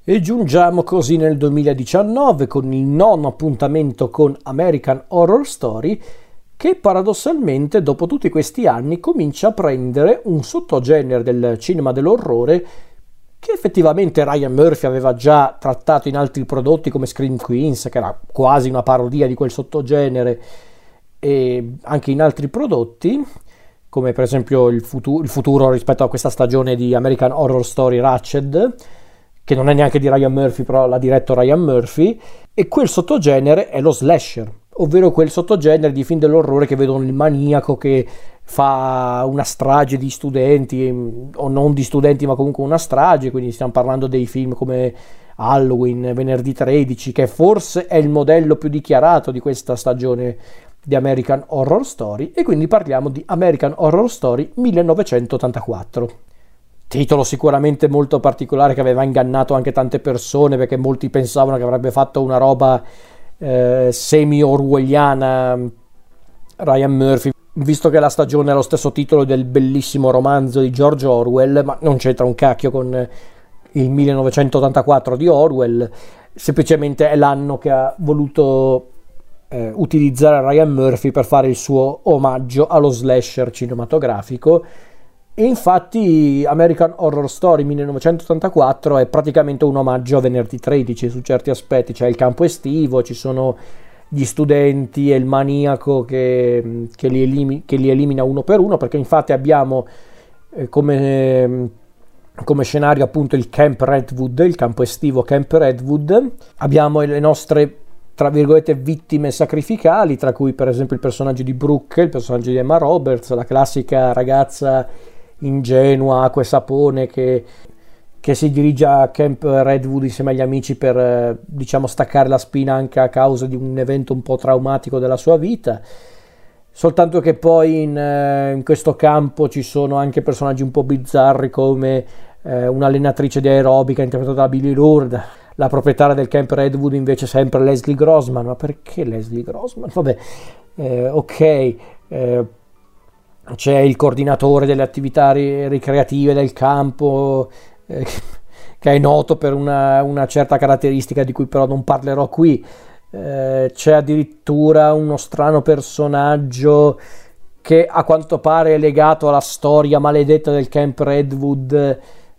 E giungiamo così nel 2019 con il nono appuntamento con American Horror Story, che paradossalmente dopo tutti questi anni comincia a prendere un sottogenere del cinema dell'orrore che effettivamente Ryan Murphy aveva già trattato in altri prodotti come Scream Queens, che era quasi una parodia di quel sottogenere, e anche in altri prodotti come per esempio il futuro rispetto a questa stagione di American Horror Story Ratched, che non è neanche di Ryan Murphy, però l'ha diretto Ryan Murphy. E quel sottogenere è lo slasher, ovvero quel sottogenere di film dell'orrore che vedono il maniaco che fa una strage di studenti, o non di studenti ma comunque una strage, quindi stiamo parlando dei film come Halloween, Venerdì 13, che forse è il modello più dichiarato di questa stagione di American Horror Story, e quindi parliamo di American Horror Story 1984. Titolo sicuramente molto particolare che aveva ingannato anche tante persone, perché molti pensavano che avrebbe fatto una roba semi-orwelliana Ryan Murphy, visto che la stagione ha lo stesso titolo del bellissimo romanzo di George Orwell, ma non c'entra un cacchio con il 1984 di Orwell, semplicemente è l'anno che ha voluto utilizzare Ryan Murphy per fare il suo omaggio allo slasher cinematografico. E infatti American Horror Story 1984 è praticamente un omaggio a Venerdì 13 su certi aspetti. C'è il campo estivo, ci sono gli studenti e il maniaco che li elimina uno per uno, perché infatti abbiamo come scenario appunto il Camp Redwood, il campo estivo Camp Redwood. Abbiamo le nostre, tra virgolette, vittime sacrificali, tra cui per esempio il personaggio di Brooke, il personaggio di Emma Roberts, la classica ragazza ingenua, acqua e sapone che si dirige a Camp Redwood insieme agli amici per diciamo staccare la spina anche a causa di un evento un po' traumatico della sua vita. Soltanto che poi in questo campo ci sono anche personaggi un po' bizzarri, come un'allenatrice di aerobica interpretata da Billie Lourdes. La proprietaria del Camp Redwood invece è sempre Leslie Grossman. Ma perché Leslie Grossman? Vabbè, c'è il coordinatore delle attività ricreative del campo, che è noto per una certa caratteristica di cui però non parlerò qui. C'è addirittura uno strano personaggio che a quanto pare è legato alla storia maledetta del Camp Redwood,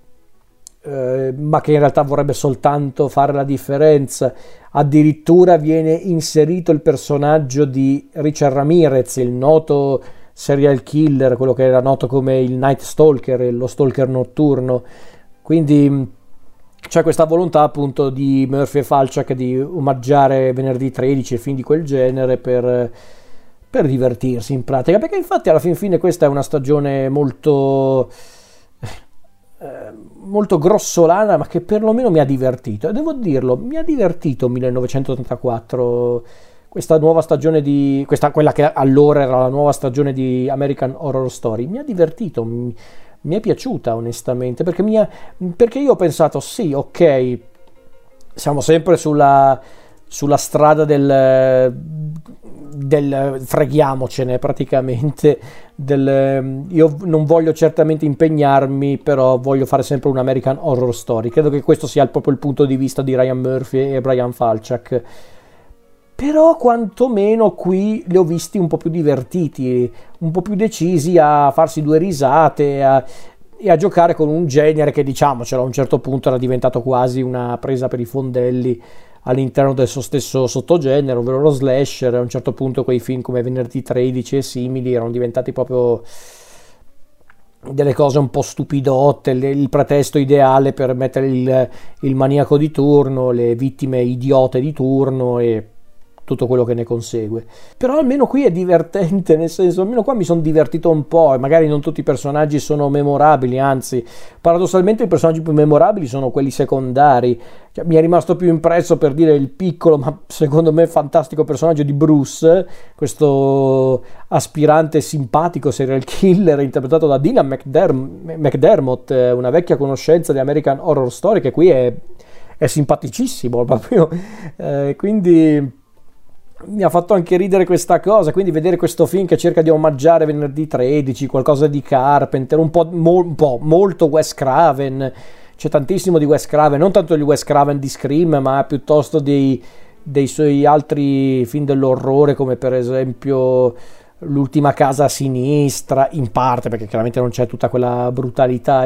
ma che in realtà vorrebbe soltanto fare la differenza. Addirittura viene inserito il personaggio di Richard Ramirez, il noto serial killer, quello che era noto come il Night Stalker, lo stalker notturno. Quindi c'è questa volontà appunto di Murphy e Falchuk di omaggiare Venerdì 13 e film di quel genere per divertirsi in pratica, perché infatti alla fin fine questa è una stagione molto grossolana, ma che perlomeno mi ha divertito, e devo dirlo, mi ha divertito 1984, questa nuova stagione quella che allora era la nuova stagione di American Horror Story. Mi ha divertito, mi è piaciuta onestamente, perché io ho pensato, sì, ok, siamo sempre sulla strada del freghiamocene praticamente, io non voglio certamente impegnarmi, però voglio fare sempre un American Horror Story. Credo che questo sia proprio il punto di vista di Ryan Murphy e Brian Falchuk. Però quantomeno qui li ho visti un po' più divertiti, un po' più decisi a farsi due risate e a giocare con un genere che, diciamocelo, a un certo punto era diventato quasi una presa per i fondelli all'interno del suo stesso sottogenere, ovvero lo slasher. A un certo punto quei film come Venerdì 13 e simili erano diventati proprio delle cose un po' stupidotte, il pretesto ideale per mettere il maniaco di turno, le vittime idiote di turno e tutto quello che ne consegue. Però almeno qui è divertente, nel senso, almeno qua mi sono divertito un po', e magari non tutti i personaggi sono memorabili, anzi paradossalmente i personaggi più memorabili sono quelli secondari. Cioè, mi è rimasto più impresso, per dire, il piccolo ma secondo me fantastico personaggio di Bruce, questo aspirante simpatico serial killer interpretato da Dylan McDermott, una vecchia conoscenza di American Horror Story, che qui è simpaticissimo proprio, quindi mi ha fatto anche ridere questa cosa. Quindi vedere questo film che cerca di omaggiare Venerdì 13, qualcosa di Carpenter, un po' molto Wes Craven, c'è tantissimo di Wes Craven, non tanto di Wes Craven di Scream, ma piuttosto dei suoi altri film dell'orrore, come per esempio L'ultima casa a sinistra, in parte, perché chiaramente non c'è tutta quella brutalità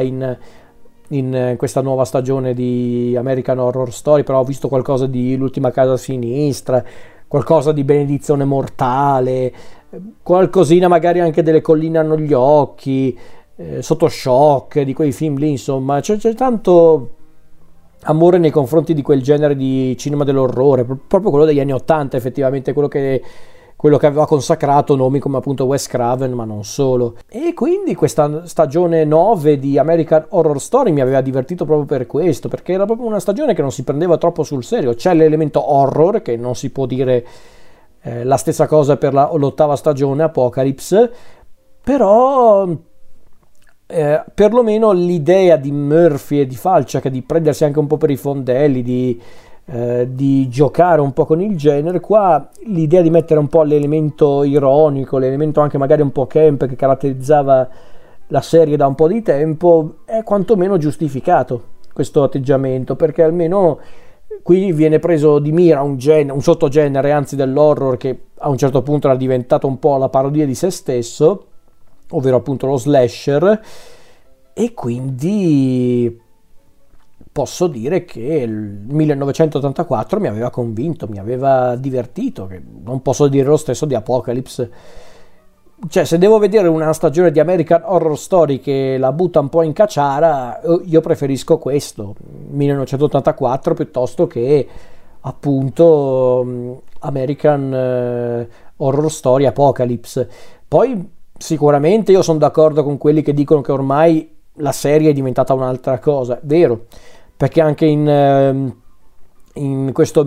in questa nuova stagione di American Horror Story, però ho visto qualcosa di L'ultima casa a sinistra, qualcosa di Benedizione mortale, qualcosina magari anche delle colline hanno gli occhi, Sotto shock, di quei film lì, insomma c'è tanto amore nei confronti di quel genere di cinema dell'orrore, proprio quello degli anni '80, effettivamente quello che aveva consacrato nomi come appunto Wes Craven, ma non solo. E quindi questa stagione 9 di American Horror Story mi aveva divertito proprio per questo, perché era proprio una stagione che non si prendeva troppo sul serio. C'è l'elemento horror, che non si può dire la stessa cosa per l'ottava stagione, Apocalypse, però perlomeno l'idea di Murphy e di Falchuk di prendersi anche un po' per i fondelli, di giocare un po' con il genere, qua l'idea di mettere un po' l'elemento ironico, l'elemento anche magari un po' camp che caratterizzava la serie da un po' di tempo, è quantomeno giustificato questo atteggiamento, perché almeno qui viene preso di mira un sottogenere, anzi, dell'horror, che a un certo punto era diventato un po' la parodia di se stesso, ovvero appunto lo slasher, e quindi posso dire che il 1984 mi aveva convinto, mi aveva divertito, che non posso dire lo stesso di Apocalypse. Cioè, se devo vedere una stagione di American Horror Story che la butta un po' in caciara, io preferisco questo, 1984, piuttosto che appunto American Horror Story Apocalypse. Poi sicuramente io sono d'accordo con quelli che dicono che ormai la serie è diventata un'altra cosa, vero, perché anche in questo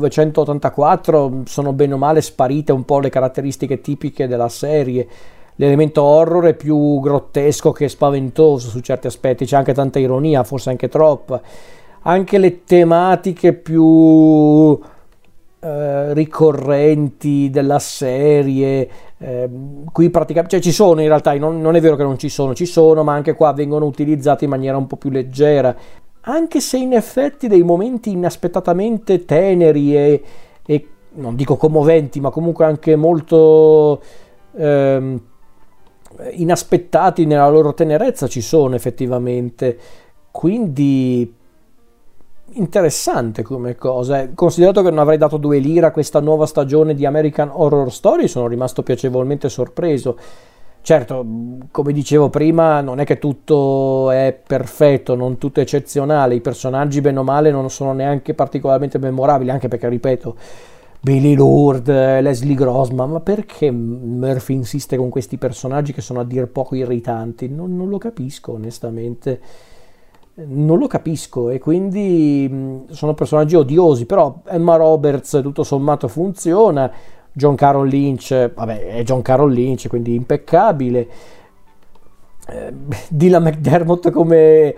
1984 sono bene o male sparite un po' le caratteristiche tipiche della serie. L'elemento horror è più grottesco che spaventoso su certi aspetti, c'è anche tanta ironia, forse anche troppa. Anche le tematiche più ricorrenti della serie, qui praticamente, cioè ci sono in realtà, non è vero che non ci sono, ma anche qua vengono utilizzate in maniera un po' più leggera, anche se in effetti dei momenti inaspettatamente teneri e non dico commoventi, ma comunque anche molto inaspettati nella loro tenerezza ci sono effettivamente. Quindi interessante come cosa, considerato che non avrei dato 2 lire a questa nuova stagione di American Horror Story, sono rimasto piacevolmente sorpreso. Certo, come dicevo prima, non è che tutto è perfetto, non tutto è eccezionale, i personaggi bene o male non sono neanche particolarmente memorabili, anche perché, ripeto, Billy Lourdes, Leslie Grossman, ma perché Murphy insiste con questi personaggi che sono a dir poco irritanti? Non lo capisco, onestamente. Non lo capisco, e quindi sono personaggi odiosi, però Emma Roberts tutto sommato funziona, John Carroll Lynch, vabbè, è John Carroll Lynch, quindi impeccabile. Dylan McDermott come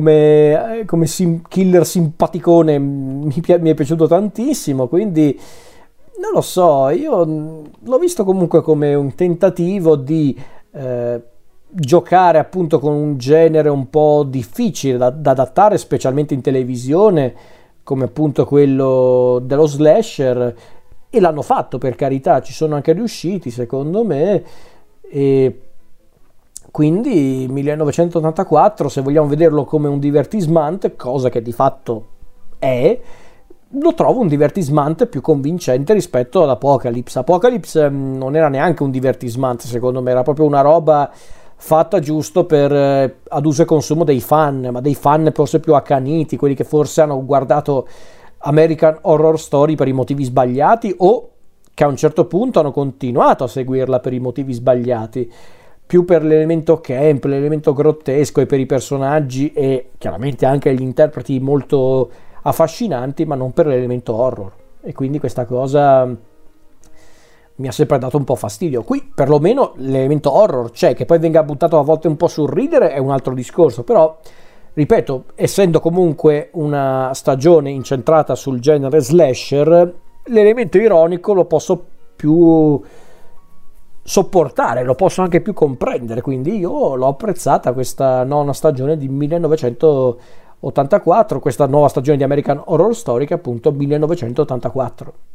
killer simpaticone mi è piaciuto tantissimo, quindi non lo so, io l'ho visto comunque come un tentativo di giocare appunto con un genere un po' difficile da adattare, specialmente in televisione, come appunto quello dello slasher, e l'hanno fatto, per carità, ci sono anche riusciti secondo me. E quindi 1984, se vogliamo vederlo come un divertissement, cosa che di fatto è, lo trovo un divertissement più convincente rispetto ad Apocalypse. Apocalypse non era neanche un divertissement, secondo me, era proprio una roba fatta giusto per ad uso e consumo dei fan, ma dei fan forse più accaniti, quelli che forse hanno guardato American Horror Story per i motivi sbagliati, o che a un certo punto hanno continuato a seguirla per i motivi sbagliati, più per l'elemento camp, l'elemento grottesco, e per i personaggi e chiaramente anche gli interpreti molto affascinanti, ma non per l'elemento horror. E quindi questa cosa mi ha sempre dato un po' fastidio. Qui perlomeno l'elemento horror c'è, che poi venga buttato a volte un po' sul ridere è un altro discorso, però ripeto, essendo comunque una stagione incentrata sul genere slasher, l'elemento ironico lo posso più sopportare, lo posso anche più comprendere, quindi io l'ho apprezzata questa nona stagione di 1984. 84, questa nuova stagione di American Horror Story che è appunto 1984.